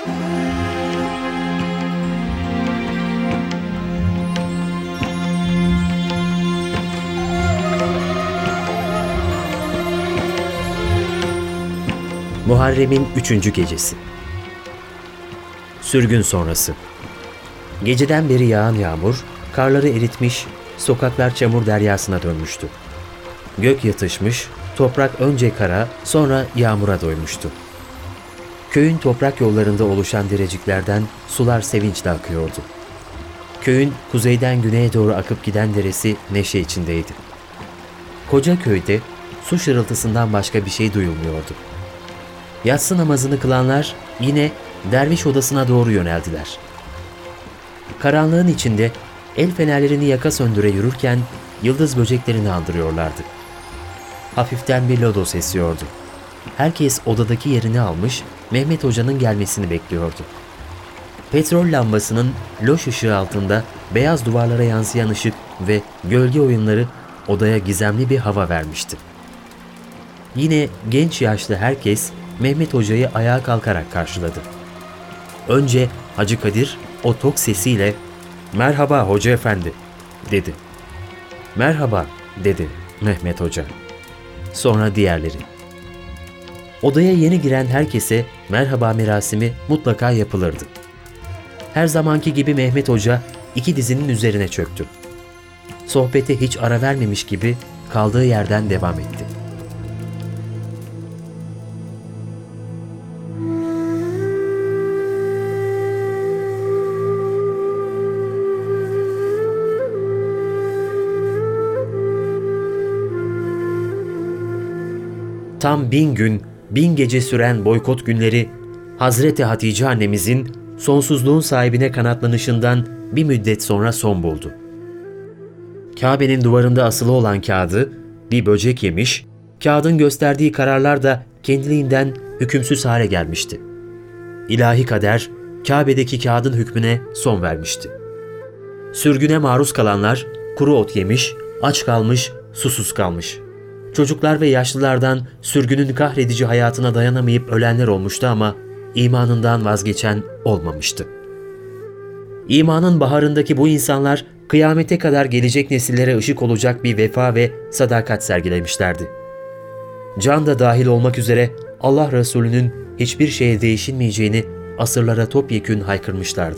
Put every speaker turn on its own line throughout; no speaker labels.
Muharrem'in 3. gecesi. Sürgün sonrası. Geceden beri yağan yağmur, karları eritmiş, sokaklar çamur deryasına dönmüştü. Gök yatışmış, toprak önce kara, sonra yağmura doymuştu. Köyün toprak yollarında oluşan dereciklerden sular sevinçle akıyordu. Köyün kuzeyden güneye doğru akıp giden deresi neşe içindeydi. Koca köyde su şırıltısından başka bir şey duyulmuyordu. Yatsı namazını kılanlar yine derviş odasına doğru yöneldiler. Karanlığın içinde el fenerlerini yaka söndüre yürürken yıldız böceklerini andırıyorlardı. Hafiften bir lodos esiyordu. Herkes odadaki yerini almış, Mehmet Hoca'nın gelmesini bekliyordu. Petrol lambasının loş ışığı altında beyaz duvarlara yansıyan ışık ve gölge oyunları odaya gizemli bir hava vermişti. Yine genç yaşlı herkes Mehmet Hoca'yı ayağa kalkarak karşıladı. Önce Hacı Kadir o tok sesiyle "Merhaba Hoca Efendi" dedi. "Merhaba" dedi Mehmet Hoca. Sonra diğerleri. Odaya yeni giren herkese merhaba merasimi mutlaka yapılırdı. Her zamanki gibi Mehmet Hoca 2 dizinin üzerine çöktü. Sohbete hiç ara vermemiş gibi kaldığı yerden devam etti. Tam 1000 gün, 1000 gece süren boykot günleri, Hazreti Hatice annemizin sonsuzluğun sahibine kanatlanışından bir müddet sonra son buldu. Kabe'nin duvarında asılı olan kağıdı bir böcek yemiş, kağıdın gösterdiği kararlar da kendiliğinden hükümsüz hale gelmişti. İlahi kader, Kabe'deki kağıdın hükmüne son vermişti. Sürgüne maruz kalanlar kuru ot yemiş, aç kalmış, susuz kalmış. Çocuklar ve yaşlılardan sürgünün kahredici hayatına dayanamayıp ölenler olmuştu ama imanından vazgeçen olmamıştı. İmanın baharındaki bu insanlar kıyamete kadar gelecek nesillere ışık olacak bir vefa ve sadakat sergilemişlerdi. Can da dahil olmak üzere Allah Resulü'nün hiçbir şeye değişilmeyeceğini asırlara topyekün haykırmışlardı.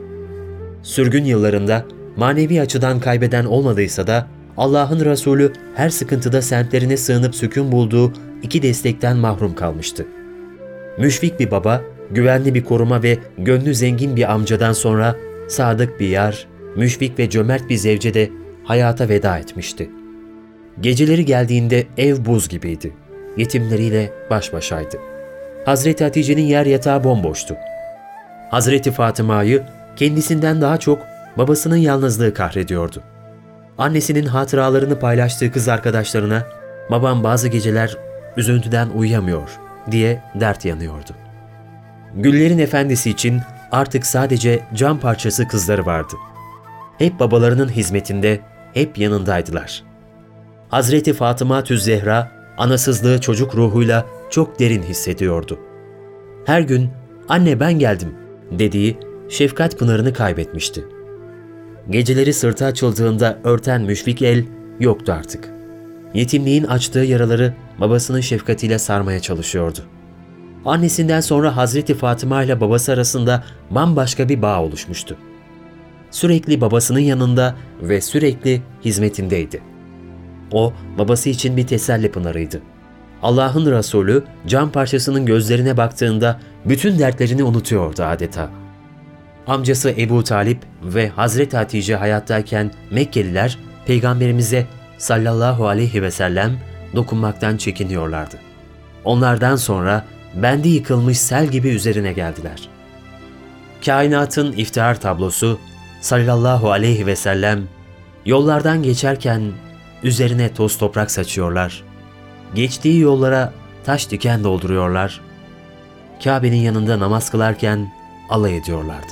Sürgün yıllarında manevi açıdan kaybeden olmadıysa da Allah'ın Resulü her sıkıntıda semtlerine sığınıp sükun bulduğu 2 destekten mahrum kalmıştı. Müşfik bir baba, güvenli bir koruma ve gönlü zengin bir amcadan sonra sadık bir yar, müşfik ve cömert bir zevce de hayata veda etmişti. Geceleri geldiğinde ev buz gibiydi. Yetimleriyle baş başaydı. Hazreti Hatice'nin yer yatağı bomboştu. Hazreti Fatıma'yı kendisinden daha çok babasının yalnızlığı kahrediyordu. Annesinin hatıralarını paylaştığı kız arkadaşlarına "Babam bazı geceler üzüntüden uyuyamıyor" diye dert yanıyordu. Güllerin efendisi için artık sadece can parçası kızları vardı. Hep babalarının hizmetinde, hep yanındaydılar. Hazreti Fatıma Tüzzehra, anasızlığı çocuk ruhuyla çok derin hissediyordu. Her gün "Anne ben geldim" dediği şefkat pınarını kaybetmişti. Geceleri sırtı açıldığında örten müşfik el yoktu artık. Yetimliğin açtığı yaraları babasının şefkatiyle sarmaya çalışıyordu. Annesinden sonra Hazreti Fatıma ile babası arasında bambaşka bir bağ oluşmuştu. Sürekli babasının yanında ve sürekli hizmetindeydi. O, babası için bir teselli pınarıydı. Allah'ın Resulü can parçasının gözlerine baktığında bütün dertlerini unutuyordu adeta. Amcası Ebu Talip ve Hazreti Hatice hayattayken Mekkeliler Peygamberimize sallallahu aleyhi ve sellem dokunmaktan çekiniyorlardı. Onlardan sonra bendi yıkılmış sel gibi üzerine geldiler. Kainatın iftihar tablosu sallallahu aleyhi ve sellem yollardan geçerken üzerine toz toprak saçıyorlar. Geçtiği yollara taş diken dolduruyorlar. Kabe'nin yanında namaz kılarken alay ediyorlardı.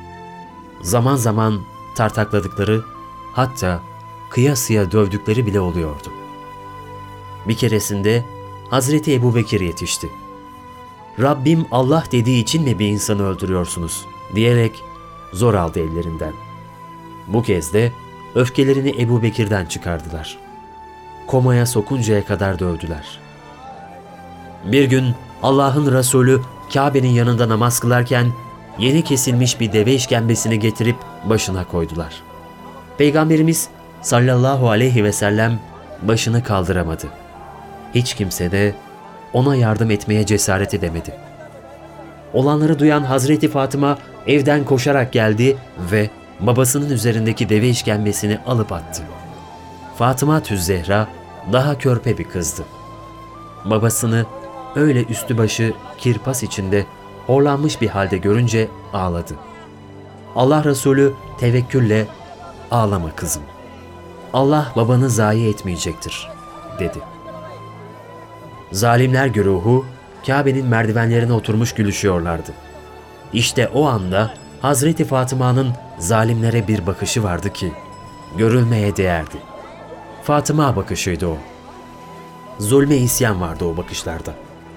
Zaman zaman tartakladıkları, hatta kıyasıya dövdükleri bile oluyordu. Bir keresinde Hazreti Ebubekir yetişti. Rabbim Allah dediği için mi bir insanı öldürüyorsunuz diyerek zor aldı ellerinden. Bu kez de öfkelerini Ebu Bekir'den çıkardılar. Komaya sokuncaya kadar dövdüler. Bir gün Allah'ın Resulü Kabe'nin yanında namaz kılarken yeni kesilmiş bir deve işkembesini getirip başına koydular. Peygamberimiz sallallahu aleyhi ve sellem başını kaldıramadı. Hiç kimse de ona yardım etmeye cesaret edemedi. Olanları duyan Hazreti Fatıma evden koşarak geldi ve babasının üzerindeki deve işkembesini alıp attı. Fatıma Zehra daha körpe bir kızdı. Babasını öyle üstü başı kirpas içinde horlanmış bir halde görünce ağladı. Allah Resulü tevekkülle "Ağlama kızım. Allah babanı zayi etmeyecektir," dedi. Zalimler güruhu Kabe'nin merdivenlerine oturmuş gülüşüyorlardı. İşte o anda Hazreti Fatıma'nın zalimlere bir bakışı vardı ki görülmeye değerdi. Fatıma bakışıydı o. Zulme isyan vardı o bakışlarda.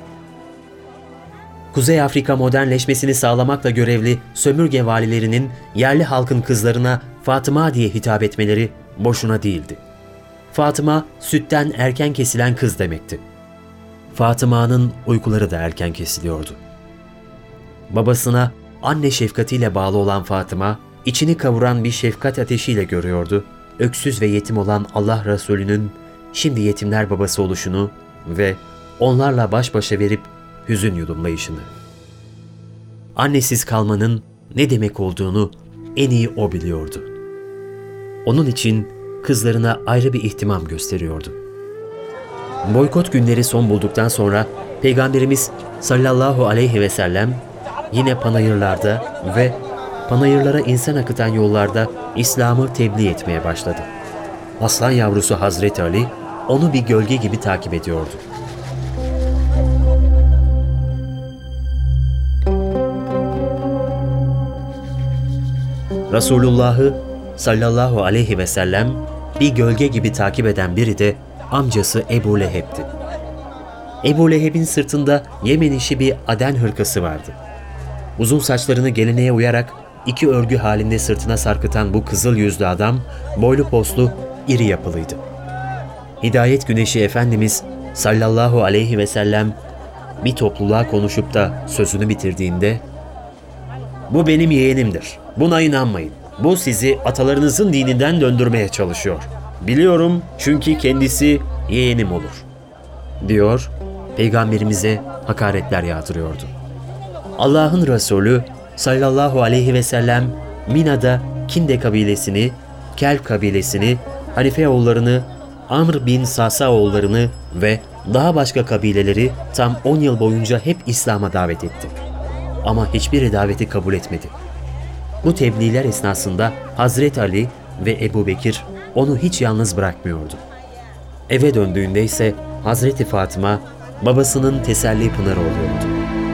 Kuzey Afrika modernleşmesini sağlamakla görevli sömürge valilerinin yerli halkın kızlarına Fatıma diye hitap etmeleri boşuna değildi. Fatıma, sütten erken kesilen kız demekti. Fatıma'nın uykuları da erken kesiliyordu. Babasına anne şefkatiyle bağlı olan Fatıma, içini kavuran bir şefkat ateşiyle görüyordu, öksüz ve yetim olan Allah Resulü'nün şimdi yetimler babası oluşunu ve onlarla baş başa verip hüzün yudumlayışını. Annesiz kalmanın ne demek olduğunu en iyi o biliyordu. Onun için kızlarına ayrı bir ihtimam gösteriyordu. Boykot günleri son bulduktan sonra Peygamberimiz sallallahu aleyhi ve sellem yine panayırlarda ve panayırlara insan akıtan yollarda İslam'ı tebliğ etmeye başladı. Aslan yavrusu Hazreti Ali onu bir gölge gibi takip ediyordu. Resulullah'ı sallallahu aleyhi ve sellem bir gölge gibi takip eden biri de amcası Ebu Leheb'ti. Ebu Leheb'in sırtında Yemen işi bir Aden hırkası vardı. Uzun saçlarını geleneğe uyarak iki örgü halinde sırtına sarkıtan bu kızıl yüzlü adam boylu poslu, iri yapılıydı. Hidayet güneşi Efendimiz sallallahu aleyhi ve sellem bir topluluğa konuşup da sözünü bitirdiğinde "Bu benim yeğenimdir. Buna inanmayın. Bu sizi atalarınızın dininden döndürmeye çalışıyor. Biliyorum çünkü kendisi yeğenim olur," diyor, Peygamberimize hakaretler yağdırıyordu. Allah'ın Resulü sallallahu aleyhi ve sellem Mina'da Kinde kabilesini, Kelp kabilesini, Hanife oğullarını, Amr bin Sasa oğullarını ve daha başka kabileleri tam 10 yıl boyunca hep İslam'a davet etti. Ama hiçbiri daveti kabul etmedi. Bu tebliğler esnasında Hazreti Ali ve Ebu Bekir onu hiç yalnız bırakmıyordu. Eve döndüğünde ise Hazreti Fatıma babasının teselli pınarı oluyordu.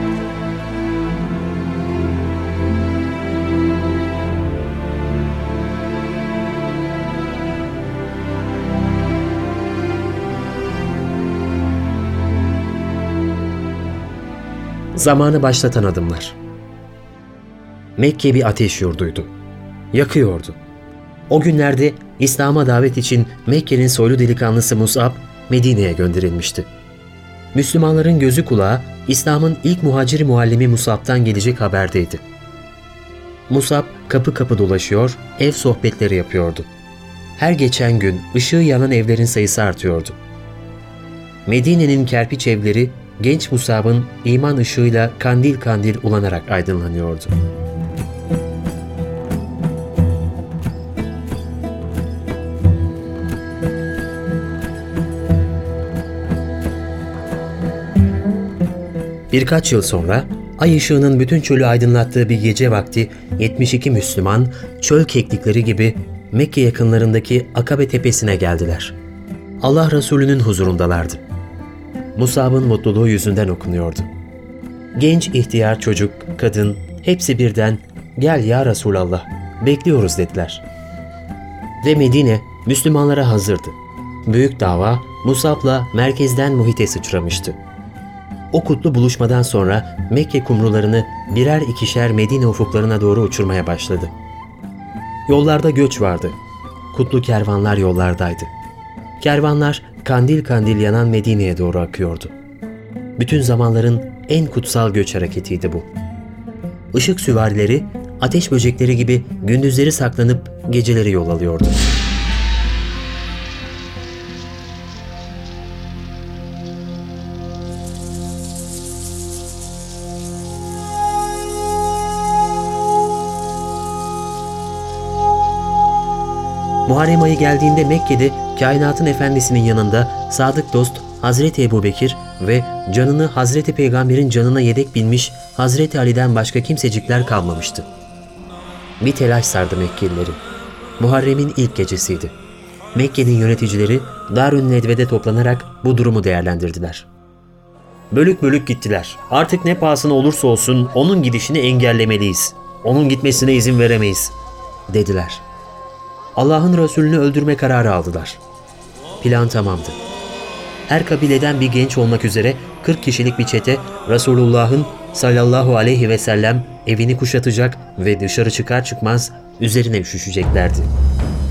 Zamanı başlatan adımlar. Mekke bir ateş yurduydu. Yakıyordu. O günlerde İslam'a davet için Mekke'nin soylu delikanlısı Mus'ab Medine'ye gönderilmişti. Müslümanların gözü kulağı İslam'ın ilk muhacir muallimi Mus'ab'tan gelecek haberdeydi. Mus'ab kapı kapı dolaşıyor, ev sohbetleri yapıyordu. Her geçen gün ışığı yanan evlerin sayısı artıyordu. Medine'nin kerpiç evleri genç Mus'ab'ın iman ışığıyla kandil kandil ulanarak aydınlanıyordu. Birkaç yıl sonra ay ışığının bütün çölü aydınlattığı bir gece vakti 72 Müslüman çöl keklikleri gibi Mekke yakınlarındaki Akabe tepesine geldiler. Allah Resulü'nün huzurundalardı. Mus'ab'ın mutluluğu yüzünden okunuyordu. Genç, ihtiyar, çocuk, kadın hepsi birden "Gel ya Resulallah, bekliyoruz," dediler. Ve Medine Müslümanlara hazırdı. Büyük dava Mus'ab'la merkezden muhite sıçramıştı. O kutlu buluşmadan sonra Mekke kumrularını birer ikişer Medine ufuklarına doğru uçurmaya başladı. Yollarda göç vardı. Kutlu kervanlar yollardaydı. Kervanlar kandil kandil yanan Medine'ye doğru akıyordu. Bütün zamanların en kutsal göç hareketiydi bu. Işık süvarileri, ateş böcekleri gibi gündüzleri saklanıp geceleri yol alıyordu. Muharrem ayı geldiğinde Mekke'de kainatın efendisinin yanında sadık dost Hazreti Ebubekir ve canını Hazreti Peygamber'in canına yedek bilmiş Hazreti Ali'den başka kimsecikler kalmamıştı. Bir telaş sardı Mekkelileri. Muharrem'in ilk gecesiydi. Mekke'nin yöneticileri Darün Nedve'de toplanarak bu durumu değerlendirdiler. Bölük bölük gittiler. Artık ne pahasına olursa olsun onun gidişini engellemeliyiz. Onun gitmesine izin veremeyiz, dediler. Allah'ın Resulünü öldürme kararı aldılar. Plan tamamdı. Her kabileden bir genç olmak üzere 40 kişilik bir çete Resulullah'ın sallallahu aleyhi ve sellem evini kuşatacak ve dışarı çıkar çıkmaz üzerine üşüşeceklerdi.